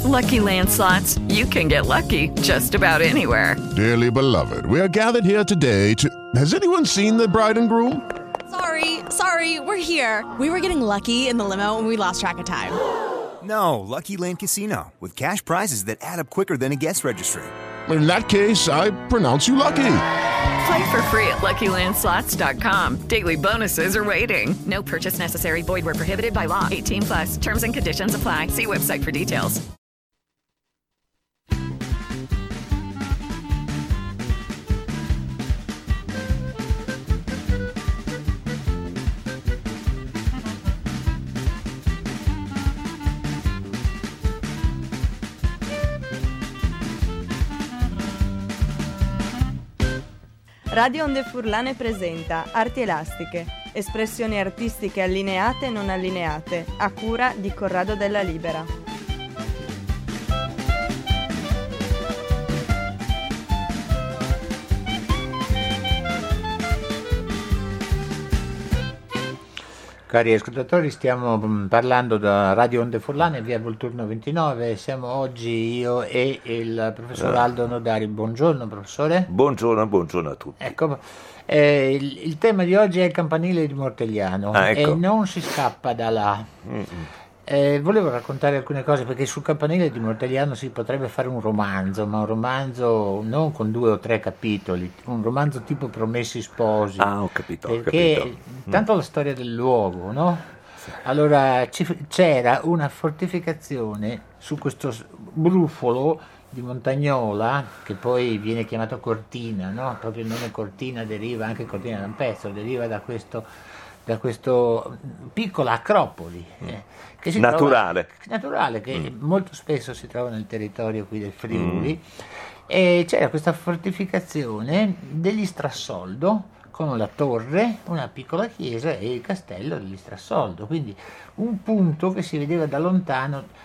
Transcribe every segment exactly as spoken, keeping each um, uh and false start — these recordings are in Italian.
Lucky Land Slots, you can get lucky just about anywhere. Dearly beloved, we are gathered here today to... Has anyone seen the bride and groom? Sorry, sorry, we're here. We were getting lucky in the limo and we lost track of time. No, Lucky Land Casino, with cash prizes that add up quicker than a guest registry. In that case, I pronounce you lucky. Play for free at Lucky Land Slots dot com. Daily bonuses are waiting. No purchase necessary. Void where prohibited by law. eighteen plus. Terms and conditions apply. See website for details. Radio Onde Furlane presenta Arti Elastiche, espressioni artistiche allineate e non allineate, a cura di Corrado Della Libera. Cari ascoltatori, stiamo parlando da Radio Onde Furlane, via Volturno ventinove. Siamo oggi io e il professor Aldo Nodari. Buongiorno professore. Buongiorno, buongiorno a tutti. Ecco, eh, il, il tema di oggi è il campanile di Mortegliano, ah, ecco. e non si scappa da là. Mm-mm. Eh, volevo raccontare alcune cose, perché sul campanile di Mortegliano si potrebbe fare un romanzo, ma un romanzo non con due o tre capitoli, un romanzo tipo Promessi Sposi. Ah, ho capito, ho perché capito. Tanto la storia del luogo, no? Sì. Allora ci, c'era una fortificazione su questo brufolo di Montagnola, che poi viene chiamato Cortina, no? Proprio il nome Cortina deriva, anche Cortina da un pezzo, deriva da questo, da questo piccola acropoli. Eh. Che si naturale. Trova, naturale, che mm. molto spesso si trova nel territorio qui del Friuli, mm. e c'era questa fortificazione degli Strassoldo con la torre, una piccola chiesa e il castello degli Strassoldo, quindi un punto che si vedeva da lontano.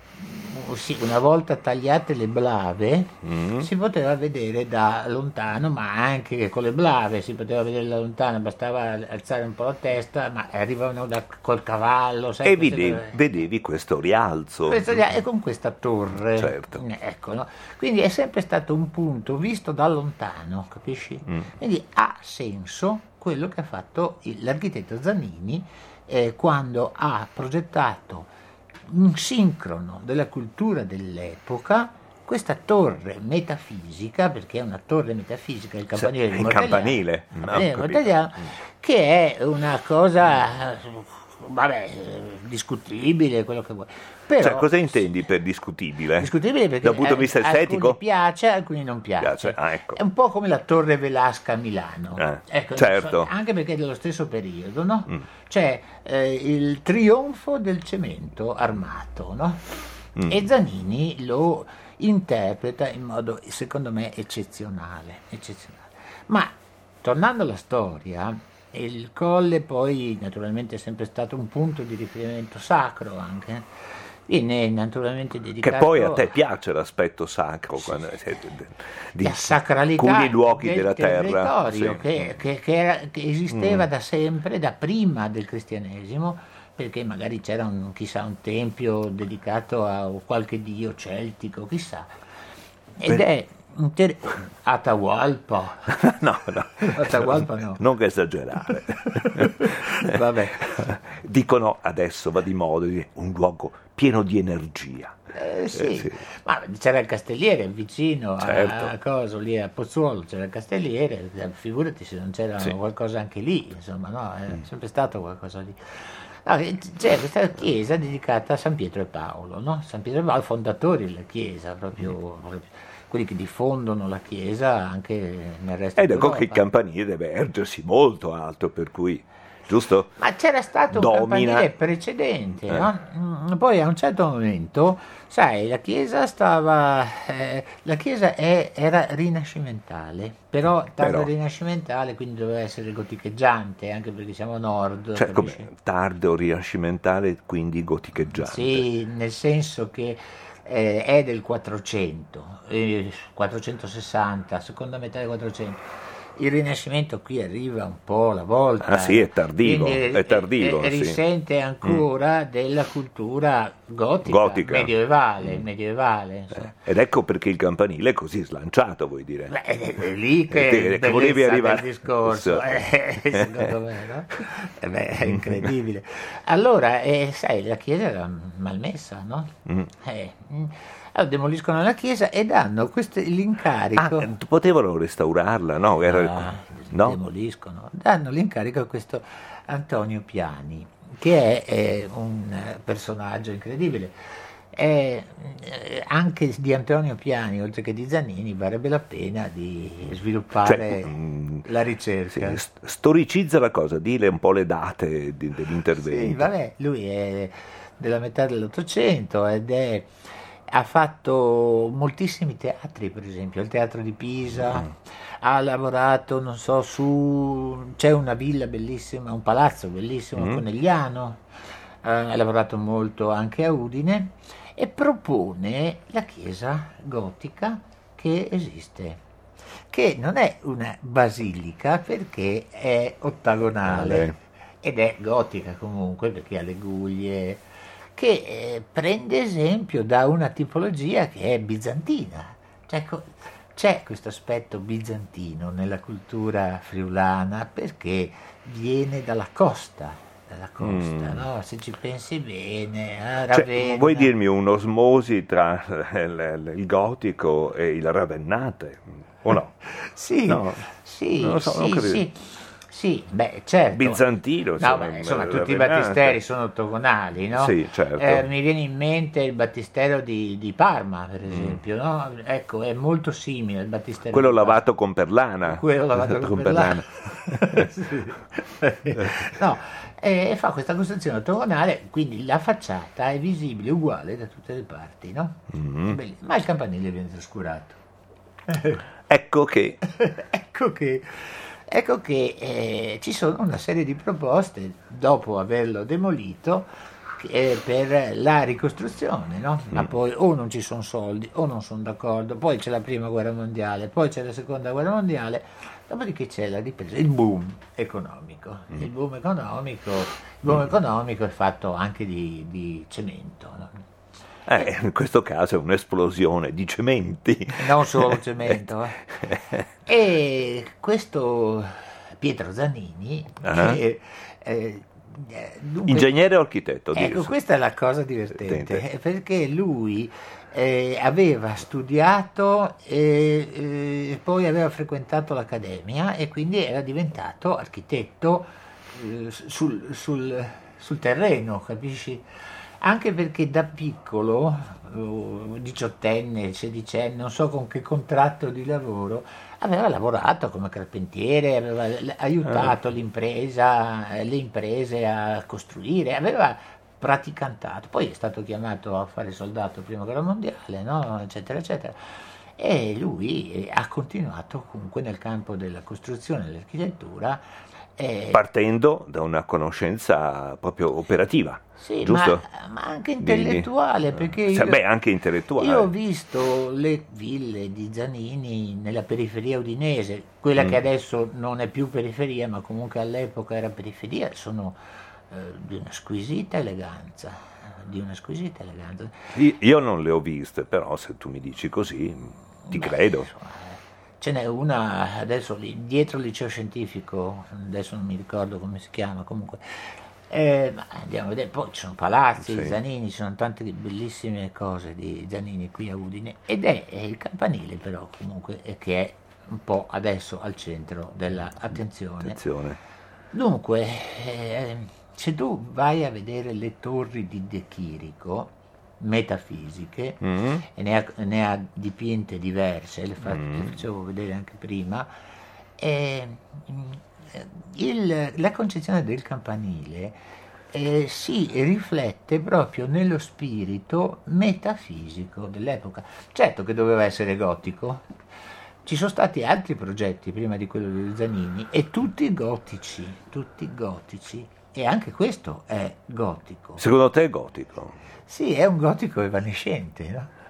Sì, una volta tagliate le blave mm. si poteva vedere da lontano, ma anche con le blave si poteva vedere da lontano, bastava alzare un po' la testa, ma arrivavano da, col cavallo, sai, e vedevi, vedevi questo rialzo, questo rialzo e con questa torre, certo. Ecco, no? Quindi è sempre stato un punto visto da lontano, capisci? Mm. Quindi ha senso quello che ha fatto l'architetto Zanini eh, quando ha progettato un sincrono della cultura dell'epoca, questa torre metafisica, perché è una torre metafisica, il campanile cioè, di Mortegliano, campanile, il campanile di Mortegliano, che è una cosa, vabbè, discutibile, quello che vuoi. Però, cioè, cosa intendi per discutibile? Discutibile perché dal punto di vista estetico? Alcuni piace, alcuni non piace. piace. Ah, ecco. È un po' come la Torre Velasca a Milano, eh, ecco, certo. Anche perché è dello stesso periodo, no? Mm. C'è eh, il trionfo del cemento armato, no? Mm. E Zanini lo interpreta in modo, secondo me, eccezionale, eccezionale. Ma tornando alla storia, il colle poi naturalmente è sempre stato un punto di riferimento sacro anche. Viene naturalmente dedicato, che poi a te piace l'aspetto sacro, sì, quando, sì. di la sacralità alcuni luoghi del della terra, territorio, sì. che, che, che, era, che esisteva mm. da sempre, da prima del cristianesimo, perché magari c'era un, chissà, un tempio dedicato a qualche dio celtico, chissà, ed Beh. è Inter- Atahualpa no, no, Atahualpa no, non che esagerare. Vabbè. Dicono adesso, va di moda, un luogo pieno di energia. Eh, sì. Eh, sì. Ma c'era il Castelliere vicino, certo. a, a Coso, lì a Pozzuolo c'era il Castelliere, figurati se non c'era sì. qualcosa anche lì, insomma, no, è mm. sempre stato qualcosa lì. No, c'è questa chiesa dedicata a San Pietro e Paolo, no? San Pietro e Paolo, fondatori della chiesa, proprio, mm. proprio quelli che diffondono la chiesa anche nel resto ed d'Europa. ecco che il campanile deve ergersi molto alto, per cui, giusto? Ma c'era stato Domina. un campanile precedente, eh. no? Poi a un certo momento, sai, la chiesa stava, eh, la chiesa è, era rinascimentale, però tardo Però. rinascimentale, quindi doveva essere goticheggiante, anche perché siamo a nord. Cioè, come tardo rinascimentale, quindi goticheggiante. Sì, nel senso che eh, è del quattrocento, eh, quattrocentosessanta, seconda metà del quattrocento. il Rinascimento qui arriva un po' alla volta. Ah sì, è tardivo, quindi è tardivo. E, e sì. risente ancora mm. della cultura gotica, Gotica. medievale, medievale insomma. Eh, ed ecco perché il campanile è così slanciato, vuoi dire? Beh, è, è lì che, Eh, che volevi arrivare il discorso, Sì. eh, secondo me, no? Eh beh, è incredibile. Allora, eh, sai, la chiesa era malmessa, no? Mm. Eh, mm. Allora demoliscono la chiesa e danno questo, l'incarico. Ah, potevano restaurarla, no? Era, Ah, no? demoliscono, danno l'incarico a questo Antonio Piani, che è, è un personaggio incredibile. È, eh, anche di Antonio Piani, oltre che di Zanini, varrebbe la pena di sviluppare Cioè, mh, la ricerca. Sì, st- storicizza la cosa, dile un po' le date di- dell'intervento. Sì, vabbè, lui è della metà dell'Ottocento ed è ha fatto moltissimi teatri, per esempio, il teatro di Pisa, mm. ha lavorato, non so, su... c'è una villa bellissima, un palazzo bellissimo, mm. Conegliano, eh, ha lavorato molto anche a Udine e propone la chiesa gotica che esiste, che non è una basilica perché è ottagonale vale. ed è gotica comunque perché ha le guglie, che eh, prende esempio da una tipologia che è bizantina. Cioè, co- c'è questo aspetto bizantino nella cultura friulana perché viene dalla costa, dalla costa, Mm. no? Se ci pensi bene, a Cioè, Ravenna. vuoi dirmi un'osmosi tra il, il gotico e il ravennate, o no? Sì, No, sì, non lo so, non sì, credo. sì. Sì, beh, certo. Bizantino, No, insomma, beh, insomma, il tutti i ravennate. battisteri sono ottagonali, no? Sì, certo. Eh, mi viene in mente il battistero di, di Parma, per esempio, no? Ecco, è molto simile al battistero Quello di Parma. lavato con perlana. Quello lavato con perlana. Sì. No, e fa questa costruzione ottagonale, quindi la facciata è visibile uguale da tutte le parti, no? Mm. È bellissimo. Ma il campanile viene trascurato. Ecco che ecco che, ecco che eh, ci sono una serie di proposte dopo averlo demolito eh, per la ricostruzione, no? Ma poi o non ci sono soldi o non sono d'accordo, poi c'è la prima guerra mondiale, poi c'è la seconda guerra mondiale, dopodiché c'è la ripresa, il boom economico. Il boom economico, il boom economico è fatto anche di, di cemento, no? eh, in questo caso è un'esplosione di cementi. Non solo cemento. Eh. E questo Pietro Zanini, Ah. che, eh, dunque, Ingegnere o architetto? ecco, Dirsi. questa è la cosa divertente, Sente. eh, perché lui eh, aveva studiato e eh, poi aveva frequentato l'accademia e quindi era diventato architetto eh, sul, sul, sul terreno, capisci? Anche perché da piccolo, eh, diciottenne, sedicenne, non so con che contratto di lavoro, aveva lavorato come carpentiere, aveva l- aiutato l'impresa, eh, le imprese a costruire, aveva praticantato, poi è stato chiamato a fare soldato prima guerra mondiale, no? Eccetera, eccetera. E lui eh, ha continuato comunque nel campo della costruzione e dell'architettura. eh, Partendo da una conoscenza proprio operativa, Sì, giusto? ma, ma anche intellettuale, perché Cioè, io, beh, anche intellettuale. io ho visto le ville di Zanini nella periferia udinese, quella Mm. che adesso non è più periferia, ma comunque all'epoca era periferia, sono eh, di una squisita eleganza, di una squisita eleganza. Io, io non le ho viste, però se tu mi dici così, ti Beh, credo. insomma, ce n'è una adesso lì, dietro il liceo scientifico, adesso non mi ricordo come si chiama, comunque. Eh, ma andiamo a vedere, poi ci sono palazzi, Sì. Zanini, ci sono tante bellissime cose di Zanini qui a Udine ed è, è il campanile però comunque è che è un po' adesso al centro dell'attenzione. Attenzione. Dunque, eh, se tu vai a vedere le torri di De Chirico, metafisiche, Mm. e ne ha, ne ha dipinte diverse, le, fa- Mm. le facevo vedere anche prima, e, mm, il- la concezione del campanile eh, si riflette proprio nello spirito metafisico dell'epoca. Certo che doveva essere gotico, ci sono stati altri progetti prima di quello di Zanini e tutti gotici, tutti gotici, e anche questo è gotico. Secondo te è gotico? Sì, è un gotico evanescente, no?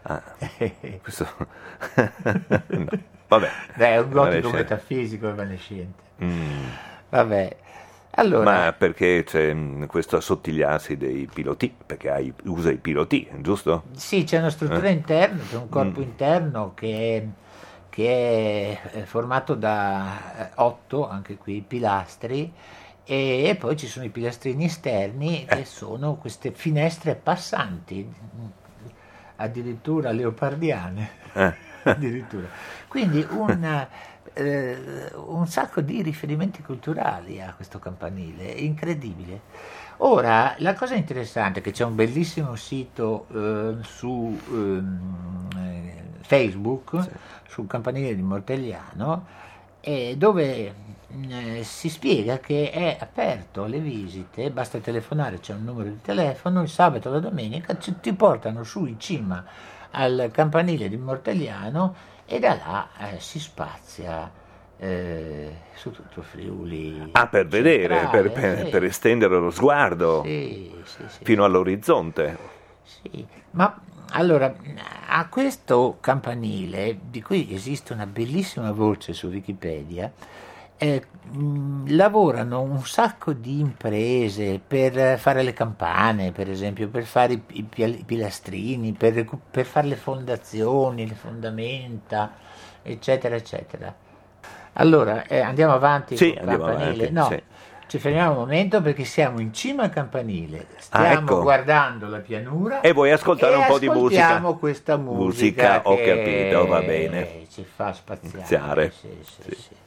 Ah, questo... no, vabbè. Beh, è un gotico metafisico evanescente. Mm. Vabbè. Allora, ma perché c'è questo assottigliarsi dei piloti? Perché hai, usa i piloti, giusto? Sì, c'è una struttura eh? interna, c'è un corpo mm. interno che è, che è formato da otto, anche qui, pilastri, e, e poi ci sono i pilastrini esterni eh. che sono queste finestre passanti, addirittura leopardiane. Eh. addirittura. Quindi una... Eh, un sacco di riferimenti culturali a questo campanile, incredibile. Ora, la cosa interessante è che c'è un bellissimo sito eh, su eh, Facebook, sì. sul campanile di Mortegliano, eh, dove eh, si spiega che è aperto alle visite, basta telefonare, c'è un numero di telefono, il sabato e la domenica ci, ti portano su in cima al campanile di Mortegliano e da là eh, si spazia eh, su tutto Friuli. Ah, per vedere, per, per, sì. per estendere lo sguardo sì, sì, sì, fino sì. all'orizzonte. Sì, ma allora, a questo campanile, di cui esiste una bellissima voce su Wikipedia, eh, mh, lavorano un sacco di imprese per fare le campane, per esempio, per fare i, i, i pilastrini, per, per fare le fondazioni, le fondamenta, eccetera, eccetera. Allora, eh, andiamo avanti sì, col andiamo campanile? Avanti, no, sì. Ci fermiamo un momento perché siamo in cima al campanile, stiamo ah, ecco. guardando la pianura e vuoi ascoltare e un po' di musica. Ascoltiamo questa musica, musica ho che capito, va bene. Ci fa spaziare. Spaziare. Sì, sì, sì. Sì.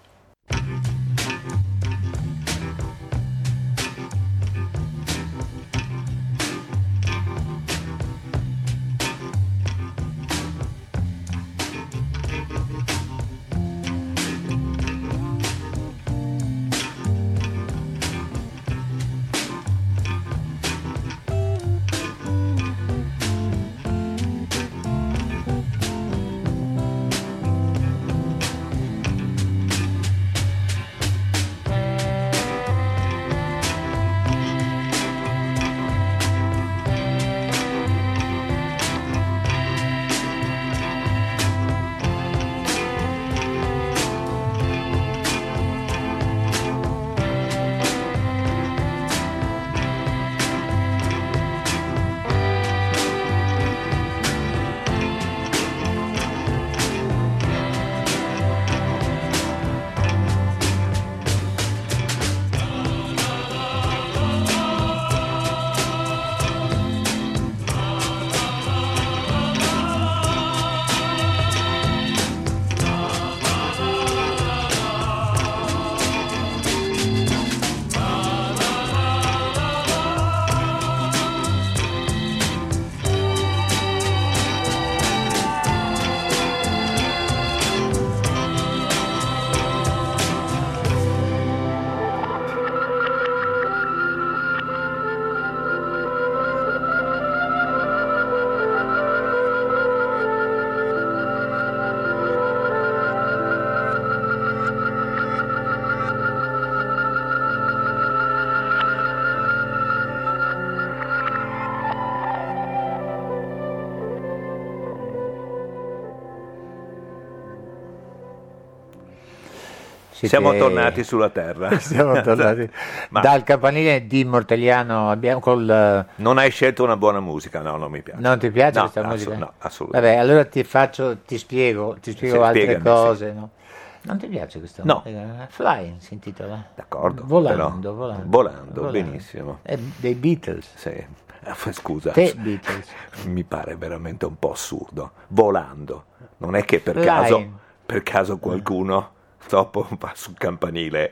Siete... Siamo tornati sulla terra. Siamo tornati. Ma... Dal campanile di Mortegliano abbiamo col... Non hai scelto una buona musica, no, non mi piace. Non ti piace no, questa assolut- musica? No, assolutamente. Vabbè, allora ti faccio, ti spiego, ti spiego sì, altre spiegami, cose. sì. No? Non ti piace questa no. musica? Flying si intitola. D'accordo. Volando, però, volando, volando. Volando, volando. benissimo. È dei Beatles. Sì. Scusa, Te Beatles. Mi pare veramente un po' assurdo. Volando. Non è che per Flying. caso, per caso qualcuno dopo va sul campanile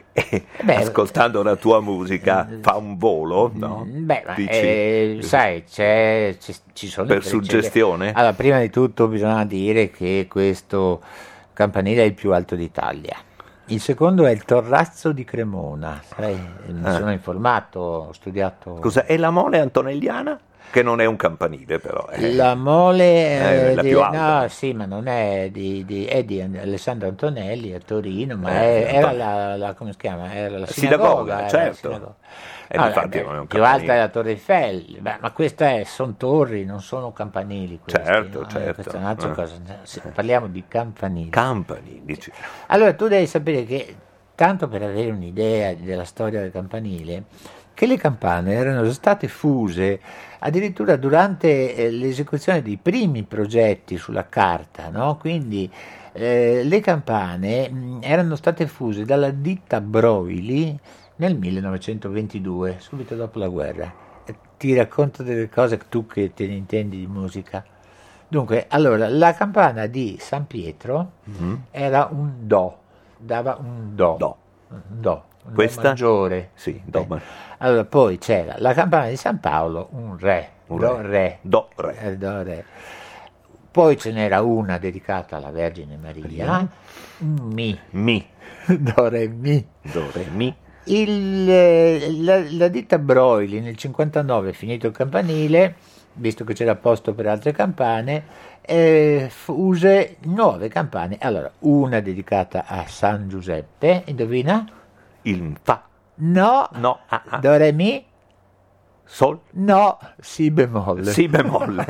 e beh, ascoltando la tua musica fa un volo, no? Beh, Dici, eh, sai, c'è, c'è, ci sono per suggestione? Allora, prima di tutto bisogna dire che questo campanile è il più alto d'Italia. Il secondo è il Torrazzo di Cremona. Sai, mi ah. sono informato, ho studiato. Scusa, è la mole antonelliana? che non è un campanile però. È, la mole è la di, più alta. no, sì, ma non è di, di, è di Alessandro Antonelli a Torino, ma Eh, è- era la, la- come si chiama? Era la sinagoga, sinagoga, era la certo. sinagoga. E No, infatti beh, non è un più alta campanile. è la Torre Eiffel, beh, ma queste sono torri, non sono campanili questi, Certo, no? Eh, certo. questa è un'altra Eh. cosa. Sì, parliamo di campanili. Campanili, dici. Allora tu devi sapere che, tanto per avere un'idea della storia del campanile, che le campane erano state fuse addirittura durante eh, l'esecuzione dei primi progetti sulla carta, no? Quindi eh, le campane mh, erano state fuse dalla ditta Broili nel millenovecentoventidue, subito dopo la guerra. E ti racconto delle cose tu che te ne intendi di musica. Dunque, allora, la campana di San Pietro Mhm. era un do, dava un do, Do. un do, un Questa? do maggiore. Sì, do, Eh. ma- Allora, poi c'era la campana di San Paolo, un re, Un do, re. re. Do, re. Eh, do, re. Poi ce n'era una dedicata alla Vergine Maria, un mi, Mi, do, re, mi. do, re, mi. Il, eh, la, la ditta Broili nel cinquantanove, finito il campanile, visto che c'era posto per altre campane, eh, fuse nuove campane. Allora, una dedicata a San Giuseppe, indovina? Il fa, No, no, ah, ah. do, re, mi? Sol, No, si bemolle. si bemolle.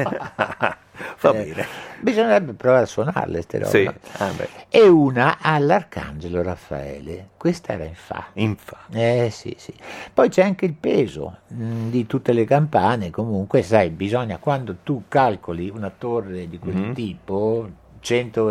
Va Eh, bene. Bisognerebbe provare a suonarle ste robe. Sì, no? ah, beh. E una all'Arcangelo Raffaele, questa era in fa. In fa. Eh sì, sì. Poi c'è anche il peso mh, di tutte le campane, comunque sai, bisogna, quando tu calcoli una torre di quel Mhm. tipo, cento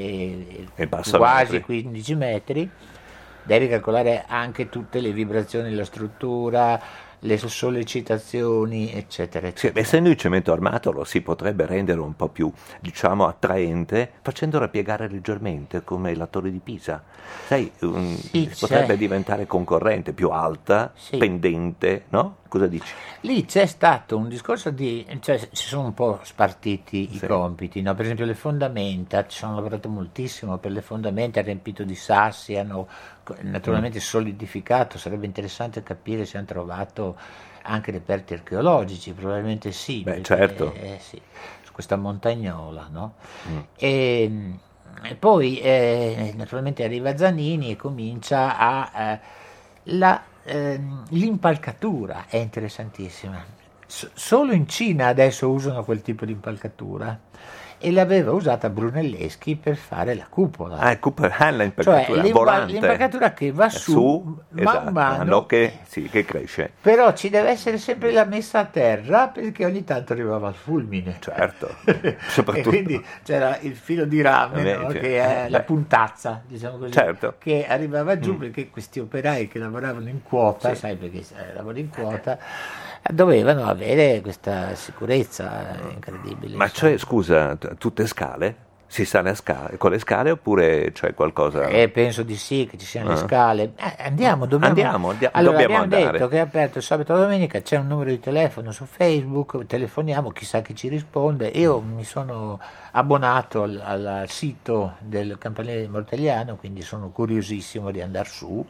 e, E passa quasi metri. quindici metri, devi calcolare anche tutte le vibrazioni della struttura, le sollecitazioni, eccetera, Sì, eccetera. essendo il cemento armato lo si potrebbe rendere un po' più, diciamo, attraente facendola piegare leggermente come la torre di Pisa. Sai, un- Sì, potrebbe c'è. diventare concorrente, più alta, Sì. pendente, no? Cosa dici? Lì c'è stato un discorso di, cioè si sono un po' spartiti i Sì. compiti, no? Per esempio le fondamenta, ci sono lavorato moltissimo per le fondamenta, riempito di sassi, hanno co- naturalmente solidificato, sarebbe interessante capire se hanno trovato anche reperti archeologici, probabilmente sì. Beh, perché, certo. eh, sì, su questa montagnola, no? Mm. E, e poi eh, naturalmente arriva Zanini e comincia a... eh, la, ehm, l'impalcatura è interessantissima. S- solo in Cina adesso usano quel tipo di impalcatura e l'aveva usata Brunelleschi per fare la cupola. Ah, il cupo- ah, Cioè l'impalcatura l'impa- volante. l'impalcatura che va Eh, su, man esatto, mano, che, sì, che cresce. però ci deve essere sempre la messa a terra perché ogni tanto arrivava il fulmine. Certo, E soprattutto. quindi c'era il filo di rame, Eh, no? cioè, che è eh, la beh. puntazza, diciamo così, Certo. che arrivava giù Mm. perché questi operai che lavoravano in quota, Sì. sai perché eh, lavoro in quota, dovevano avere questa sicurezza incredibile. Ma insomma. cioè, scusa, t- tutte scale? Si sale a scale, con le scale oppure c'è qualcosa? Eh, penso di sì, che ci siano le Ah. scale. Eh, andiamo, dobbiamo, Andiamo, andia- allora, dobbiamo abbiamo andare. detto che è aperto il sabato e la domenica, c'è un numero di telefono su Facebook, telefoniamo, chissà chi ci risponde. Io mi sono abbonato al, al sito del campanile di Mortagliano, quindi sono curiosissimo di andare su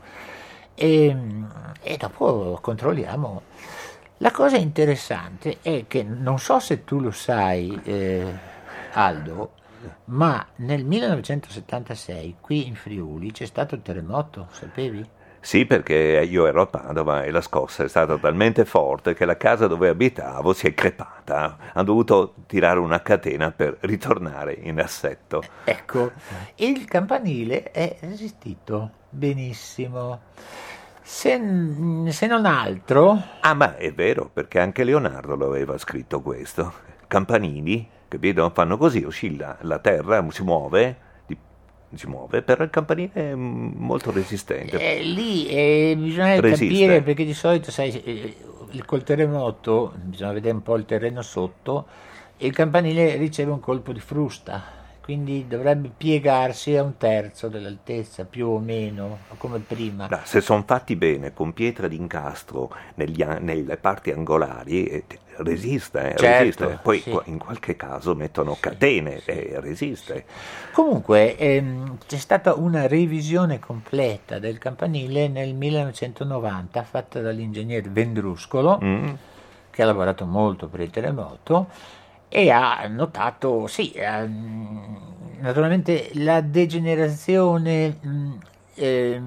e, e dopo controlliamo. La cosa interessante è che non so se tu lo sai, eh, Aldo, ma nel millenovecentosettantasei qui in Friuli c'è stato il terremoto, sapevi? Sì, perché io ero a Padova e la scossa è stata talmente forte che la casa dove abitavo si è crepata. Hanno dovuto tirare una catena per ritornare in assetto. Ecco, il campanile è resistito benissimo. Se, se non altro, Ah, ma è vero, perché anche Leonardo lo aveva scritto questo. Campanili, capito? Fanno così, oscilla la terra, si muove, di- si muove, però il campanile è mm, molto resistente. eh, lì eh, bisogna Resiste. capire, perché di solito, sai, eh, il- col terremoto bisogna vedere un po' il terreno sotto, e il campanile riceve un colpo di frusta, quindi dovrebbe piegarsi a un terzo dell'altezza, più o meno, come prima. No, se sono fatti bene, con pietra d'incastro negli a- nelle parti angolari, eh, resiste, eh, Certo, resiste. Poi sì. qua- in qualche caso mettono catene e resiste. Comunque ehm, c'è stata una revisione completa del campanile nel millenovecentonovanta fatta dall'ingegner Vendruscolo, Mm. che ha lavorato molto per il terremoto e ha notato, sì, eh, naturalmente la degenerazione mh, eh,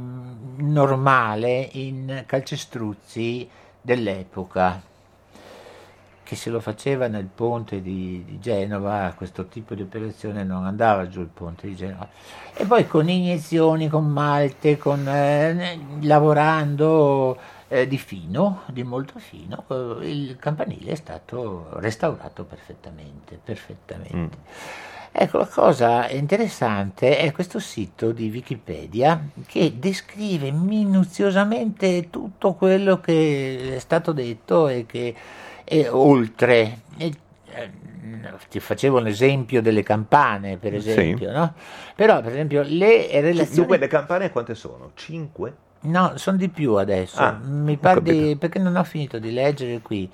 normale in calcestruzzi dell'epoca, che se lo faceva nel ponte di, di Genova, questo tipo di operazione non andava giù il ponte di Genova. E poi con iniezioni, con malte, con, eh, lavorando eh, di fino, di molto fino, eh, il campanile è stato restaurato perfettamente, perfettamente. Mm. Ecco, la cosa interessante è questo sito di Wikipedia che descrive minuziosamente tutto quello che è stato detto e che e oltre, e, eh, ti facevo un esempio delle campane, per esempio, sì. No? Però, per esempio, le relazioni... Dunque, le campane quante sono? Cinque? No, sono di più adesso, ah, mi pare di, perché non ho finito di leggere qui,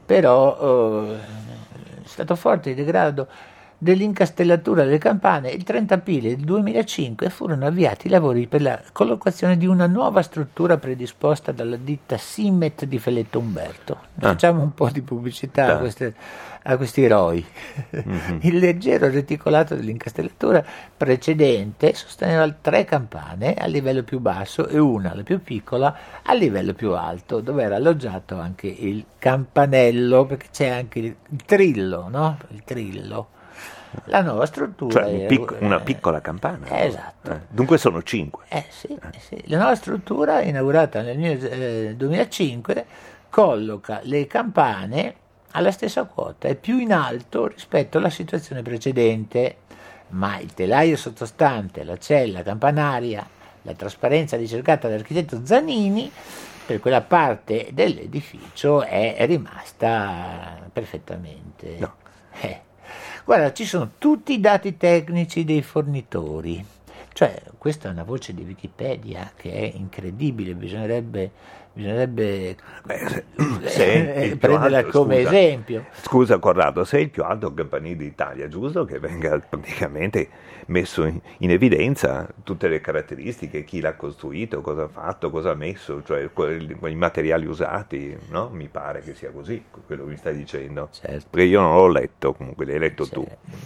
però eh, è stato forte il degrado dell'incastellatura delle campane. Il trenta aprile del duemilacinque furono avviati i lavori per la collocazione di una nuova struttura predisposta dalla ditta Simet di Feletto Umberto. Ah. Facciamo un po' di pubblicità ah. a, queste, a questi eroi. Mm-hmm. Il leggero reticolato dell'incastellatura precedente sosteneva tre campane a livello più basso e una, la più piccola, a livello più alto, dove era alloggiato anche il campanello, perché c'è anche il trillo, no? Il trillo. La nuova struttura, cioè un pic- una piccola campana, eh, esatto. Eh, dunque sono cinque. Eh, sì, eh, sì. La nuova struttura, inaugurata nel eh, duemilacinque, colloca le campane alla stessa quota e più in alto rispetto alla situazione precedente, ma il telaio sottostante, la cella campanaria, la trasparenza ricercata dall'architetto Zanini per quella parte dell'edificio è rimasta perfettamente. No. Eh. Guarda, ci sono tutti i dati tecnici dei fornitori, cioè questa è una voce di Wikipedia che è incredibile, bisognerebbe, bisognerebbe Beh, se, eh, prenderla alto, come scusa, esempio. Scusa Corrado, sei il più alto campanile d'Italia, giusto che venga praticamente messo in, in evidenza tutte le caratteristiche, chi l'ha costruito, cosa ha fatto, cosa ha messo, cioè quelli, quei materiali usati, no? Mi pare che sia così, quello che mi stai dicendo. Certo. Perché io non l'ho letto, comunque l'hai letto certo. tu.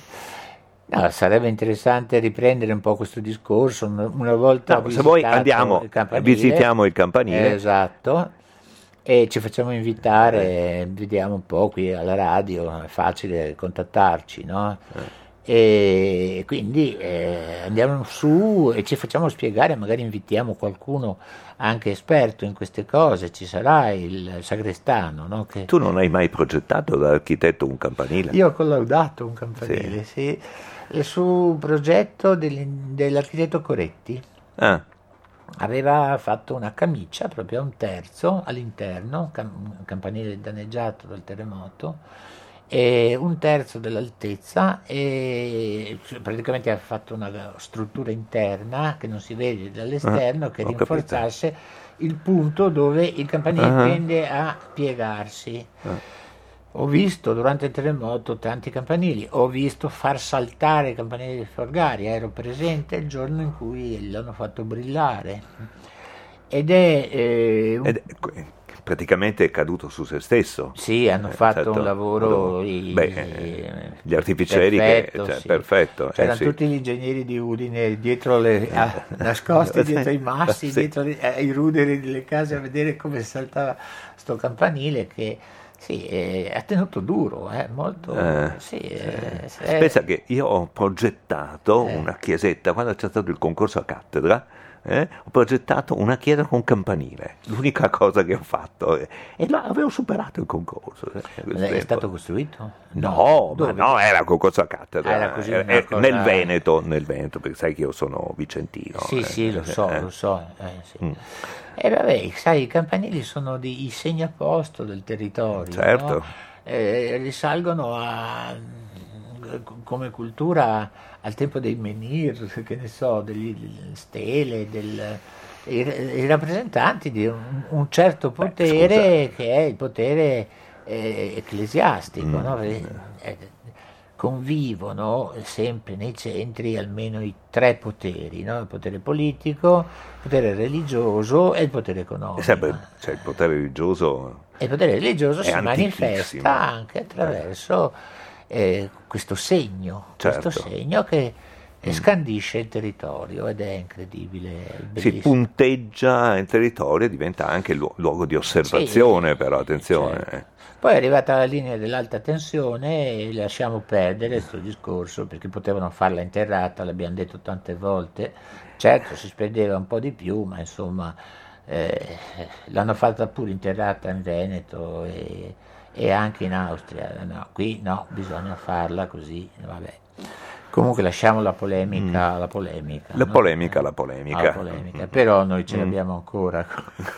No, sarebbe interessante riprendere un po' questo discorso una, una volta no, se vuoi andiamo, il visitiamo il campanile. Esatto, e ci facciamo invitare, eh. vediamo un po' qui alla radio, è facile contattarci, no? Eh. E quindi eh, andiamo su e ci facciamo spiegare, magari invitiamo qualcuno anche esperto in queste cose, ci sarà il sagrestano, no? Che... Tu non hai mai progettato da architetto un campanile? Io ho collaudato un campanile, sì, sì, su progetto dell'architetto Coretti. Ah. Aveva fatto una camicia proprio a un terzo all'interno, un campanile danneggiato dal terremoto, e un terzo dell'altezza, e praticamente ha fatto una struttura interna che non si vede dall'esterno, ah, che rinforzasse capito. Il punto dove il campanile uh-huh. tende a piegarsi. Uh. Ho visto durante il terremoto tanti campanili, ho visto far saltare i campanili di Forgari, ero presente il giorno in cui l'hanno fatto brillare ed è, eh, un... ed è praticamente è caduto su se stesso. Sì, hanno fatto certo. un lavoro i, Beh, gli artificieri perfetto, che, cioè, sì. perfetto. C'erano eh, sì. tutti gli ingegneri di Udine dietro le, ah, nascosti dietro i massi, sì. dietro le, ai ruderi delle case a vedere come saltava sto campanile che sì, eh, ha tenuto duro, eh, molto. Eh, sì, eh, sì. Pensa che io ho progettato eh. una chiesetta quando c'è stato il concorso a cattedra. Eh? Ho progettato una chiesa con campanile, l'unica cosa che ho fatto, eh, e là avevo superato il concorso. Eh, è tempo. Stato costruito? No, no, ma no, era concorso a cattedra, era così era, era, cosa... nel Veneto, nel Veneto, perché sai che io sono vicentino. Sì, eh, sì, lo so, eh. lo so. Eh, sì. mm. E vabbè, sai, i campanili sono i segnaposto del territorio, certo. no? eh, risalgono a, come cultura al tempo dei menhir, che ne so, degli stele, del, i, i rappresentanti di un, un certo potere. Beh, che è il potere eh, ecclesiastico, mm. no? eh, convivono sempre nei centri almeno i tre poteri, no? Il potere politico, il potere religioso e il potere economico. E sempre, cioè, il potere religioso E il potere religioso è si antichissimo. manifesta anche attraverso eh, questo segno, Certo. questo segno che eh, scandisce il territorio ed è incredibile, è si bellissimo. punteggia il territorio e diventa anche lu- luogo di osservazione, Sì, però attenzione. certo. Poi è arrivata la linea dell'alta tensione e lasciamo perdere questo discorso perché potevano farla interrata, l'abbiamo detto tante volte. Certo, si spendeva un po' di più, ma insomma eh, l'hanno fatta pure interrata in Veneto e, e anche in Austria. No, qui no, bisogna farla così, vabbè. Comunque lasciamo la polemica alla polemica. La no? polemica alla polemica. Alla polemica. Però noi ce Mm. l'abbiamo ancora.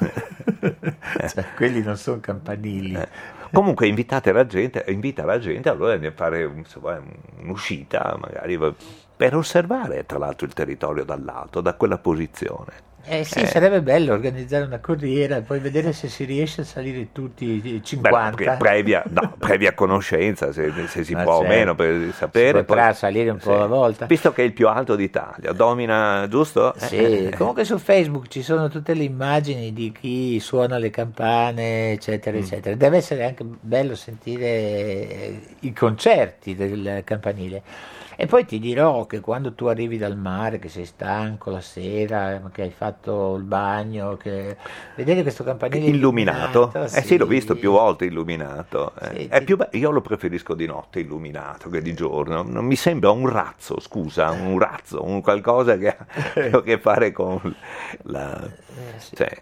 Cioè, quelli non sono campanili. Eh. Comunque invitate la gente, invita la gente allora a fare insomma, un'uscita magari per osservare tra l'altro il territorio dall'alto, da quella posizione. Eh sì, Eh. sarebbe bello organizzare una corriera e poi vedere se si riesce a salire tutti i Beh, cinquanta. pre- previa, no, previa conoscenza, se, se si Ma può o certo. meno per sapere. Si potrà poi- salire un po' sì. alla volta. Visto che è il più alto d'Italia, domina, giusto? Sì, Eh, comunque su Facebook ci sono tutte le immagini di chi suona le campane, eccetera, Mm. eccetera. Deve essere anche bello sentire eh, i concerti del campanile. E poi ti dirò che quando tu arrivi dal mare, che sei stanco la sera, che hai fatto il bagno, che vedere questo campanile illuminato, eh sì, l'ho visto più volte illuminato. eh. Sì, È ti- più be- io lo preferisco di notte illuminato che di giorno. Non mi sembra un razzo, scusa, un razzo, un qualcosa che ha che ha a che fare con la. Eh, sì. Cioè,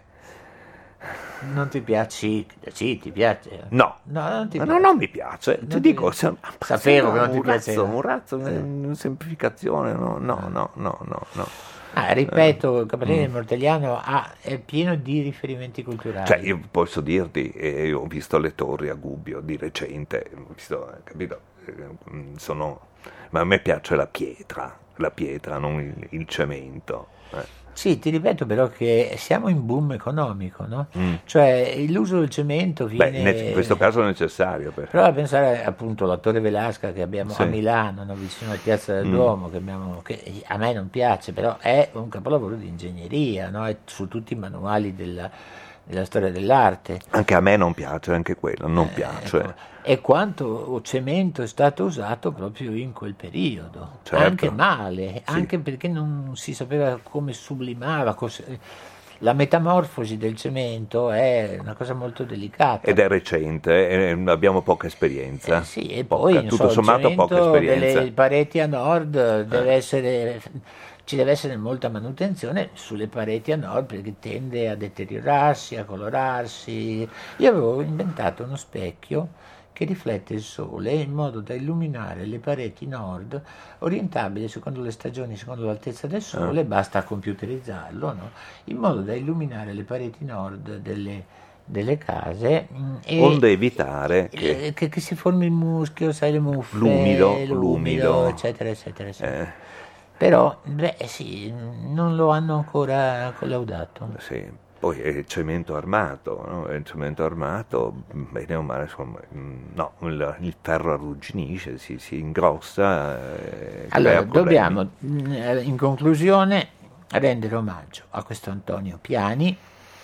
Non ti piace? Sì, sì, ti piace? no. No, non ti Ma piace. no, non mi piace, Non ti ti dico, piace. se- Sapevo che non un ti razzo, piaceva. un razzo, Sì. una semplificazione, no, no, no, no, no, no. Ah, ripeto, il campanile Mm. mortelliano ha- è pieno di riferimenti culturali. Cioè, io posso dirti, eh, io ho visto le torri a Gubbio di recente, ho visto, eh, capito? Eh, mm, sono, ma a me piace la pietra, la pietra, non il, il cemento. eh. Sì, ti ripeto però che siamo in boom economico, no? Mm. Cioè l'uso del cemento Beh, viene... ne- in questo caso è necessario. Per... Prova a pensare appunto alla Torre Velasca che abbiamo Sì. a Milano, no? Vicino alla Piazza del Mm. Duomo, che, abbiamo, che a me non piace, però è un capolavoro di ingegneria, no? È su tutti i manuali della, della storia dell'arte. Anche a me non piace, anche quello, non Eh, piace. ecco. E quanto cemento è stato usato proprio in quel periodo, Certo. anche male, Sì. anche perché non si sapeva come sublimava, cos- la metamorfosi del cemento è una cosa molto delicata. Ed è recente, e abbiamo poca esperienza. Eh sì, e Poca, poi non tutto so, il sommato poca cemento esperienza. delle pareti a nord deve essere, ci deve essere molta manutenzione sulle pareti a nord perché tende a deteriorarsi, a colorarsi. Io avevo inventato uno specchio che riflette il sole in modo da illuminare le pareti nord, orientabile secondo le stagioni, secondo l'altezza del sole, Ah. basta computerizzarlo, no? In modo da illuminare le pareti nord delle, delle case. mm, e- Onde evitare che... eh, che, che si formi il muschio, sai, le muffe, L'umido, l'umido, l'umido. eccetera, eccetera, eccetera. eh, Però, beh, sì, non lo hanno ancora collaudato. sì. Poi è il cemento armato, no? È il cemento armato, bene o male, insomma, mm, no, il, il ferro arrugginisce, si, si ingrossa. eh, Allora, crea problemi. dobbiamo, mm, eh, in conclusione, rendere omaggio a questo Antonio Piani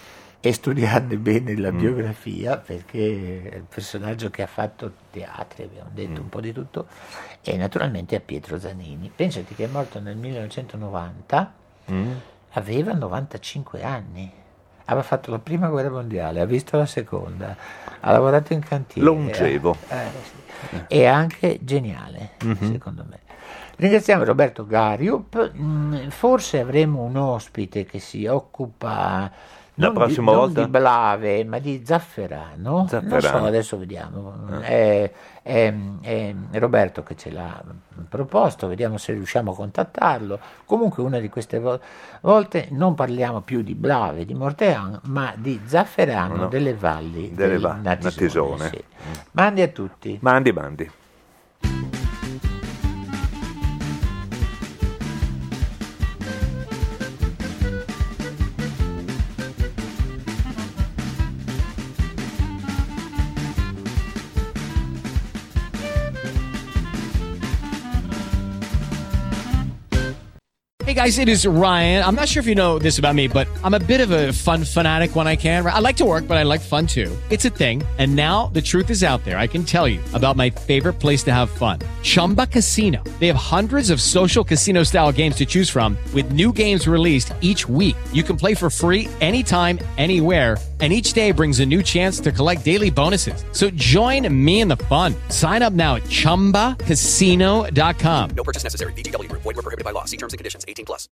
e studiarne bene la Mm. biografia, perché è il personaggio che ha fatto teatri, abbiamo detto Mm. un po' di tutto, e naturalmente a Pietro Zanini. Pensati che è morto nel millenovecentonovanta, Mm? aveva novantacinque anni. Aveva fatto la prima guerra mondiale, ha visto la seconda, ha lavorato in cantiere. Longevo. eh, sì. E anche geniale, Mhm. secondo me. Ringraziamo Roberto Gariup, mm, forse avremo un ospite che si occupa La non, prossima di, non volta? di Blave, ma di Zafferano. Non Zafferano. so, adesso vediamo. È, è- è Roberto che ce l'ha proposto, vediamo se riusciamo a contattarlo. Comunque una di queste vo- volte non parliamo più di Blave, di Mortean, ma di Zafferano, No. delle valli Delle del va- Natisone. Natisone. Sì. Mandi a tutti. Mandi, mandi. Hey guys, it is Ryan. I'm not sure if you know this about me, but I'm a bit of a fun fanatic when I can. I like to work, but I like fun too. It's a thing. And now the truth is out there. I can tell you about my favorite place to have fun. Chumba Casino. They have hundreds of social casino style games to choose from with new games released each week. You can play for free anytime, anywhere. And each day brings a new chance to collect daily bonuses. So join me in the fun. Sign up now at chumba casino dot com. No purchase necessary. V G W Group. Void where prohibited by law. See terms and conditions. eighteen plus.